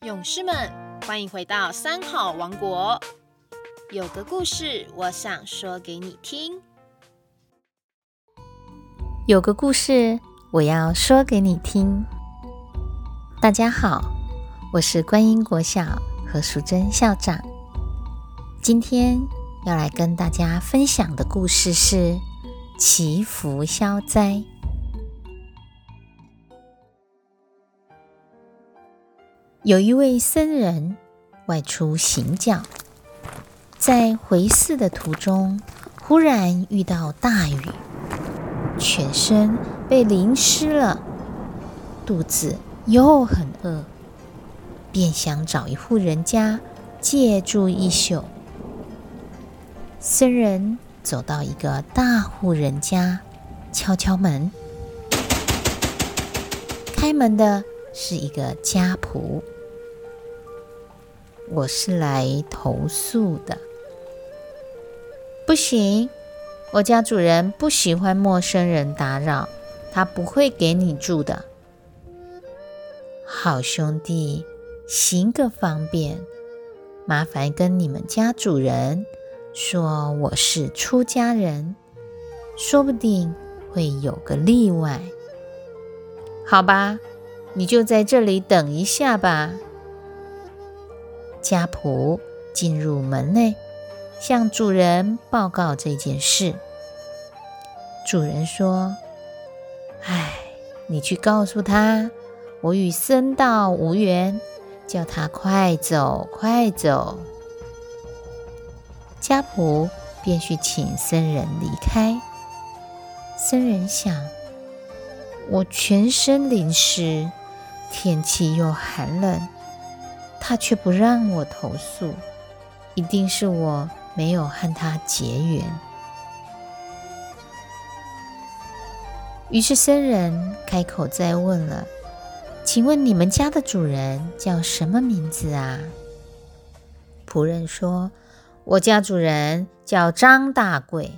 勇士们，欢迎回到三好王国。有个故事，我想说给你听。 有个故事，我要说给你听。大家好，我是观音国小何淑珍校长。今天要来跟大家分享的故事是祈福消灾。有一位僧人外出行脚，在回寺的途中，忽然遇到大雨，全身被淋湿了，肚子又很饿，便想找一户人家借住一宿。僧人走到一个大户人家，敲敲门。开门的是一个家仆。我是来投诉的。不行，我家主人不喜欢陌生人打扰，他不会给你住的。好兄弟，行个方便，麻烦跟你们家主人说我是出家人，说不定会有个例外。好吧，你就在这里等一下吧。家仆进入门内，向主人报告这件事。主人说：你去告诉他，我与僧道无缘，叫他快走快走。家仆便去请僧人离开。僧人想，我全身淋湿，天气又寒冷，他却不让我投诉，一定是我没有和他结缘。于是僧人开口再问了：请问你们家的主人叫什么名字啊？仆人说：我家主人叫张大贵。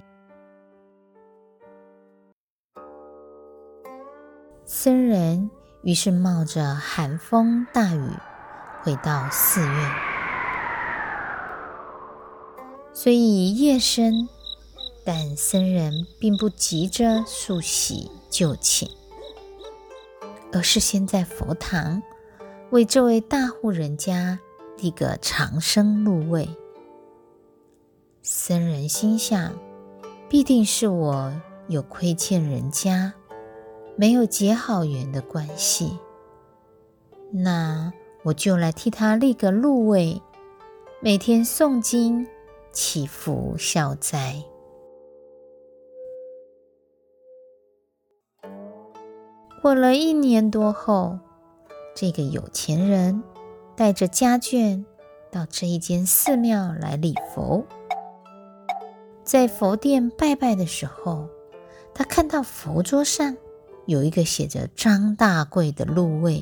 僧人于是冒着寒风大雨回到寺院。虽已夜深，但僧人并不急着漱洗就寝，而是先在佛堂为这位大户人家立个长生禄位。僧人心想，必定是我有亏欠人家，没有结好缘的关系，那我就来替他立个禄位，每天诵经祈福消灾。过了1年多后，这个有钱人带着家眷到这一间寺庙来礼佛。在佛殿拜拜的时候，他看到佛桌上有一个写着张大贵的禄位，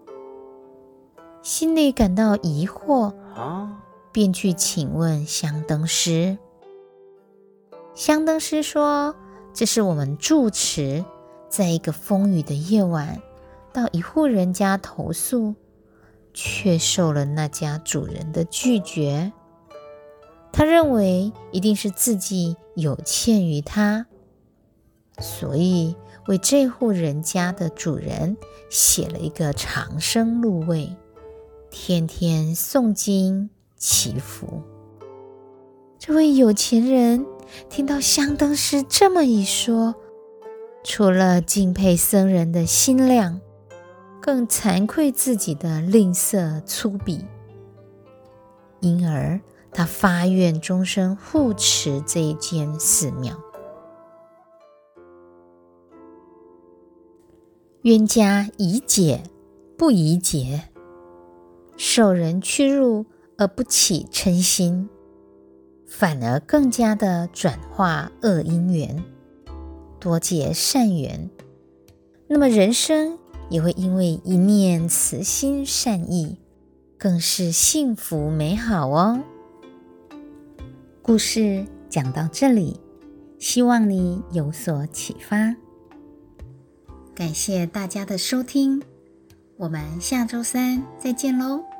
心里感到疑惑，便去请问香灯师。香灯师说，这是我们住持在一个风雨的夜晚到一户人家投诉，却受了那家主人的拒绝。他认为一定是自己有欠于他，所以为这户人家的主人写了一个长生禄位，天天诵经祈福。这位有钱人听到香灯师这么一说，除了敬佩僧人的心量，更惭愧自己的吝啬粗鄙，因而他发愿终身护持这一间寺庙。冤家宜解不宜结，受人屈辱而不起嗔心，反而更加的转化恶因缘，多结善缘，那么人生也会因为一念慈心善意，更是幸福美好哦。故事讲到这里，希望你有所启发。感谢大家的收听，我们下周3再见喽。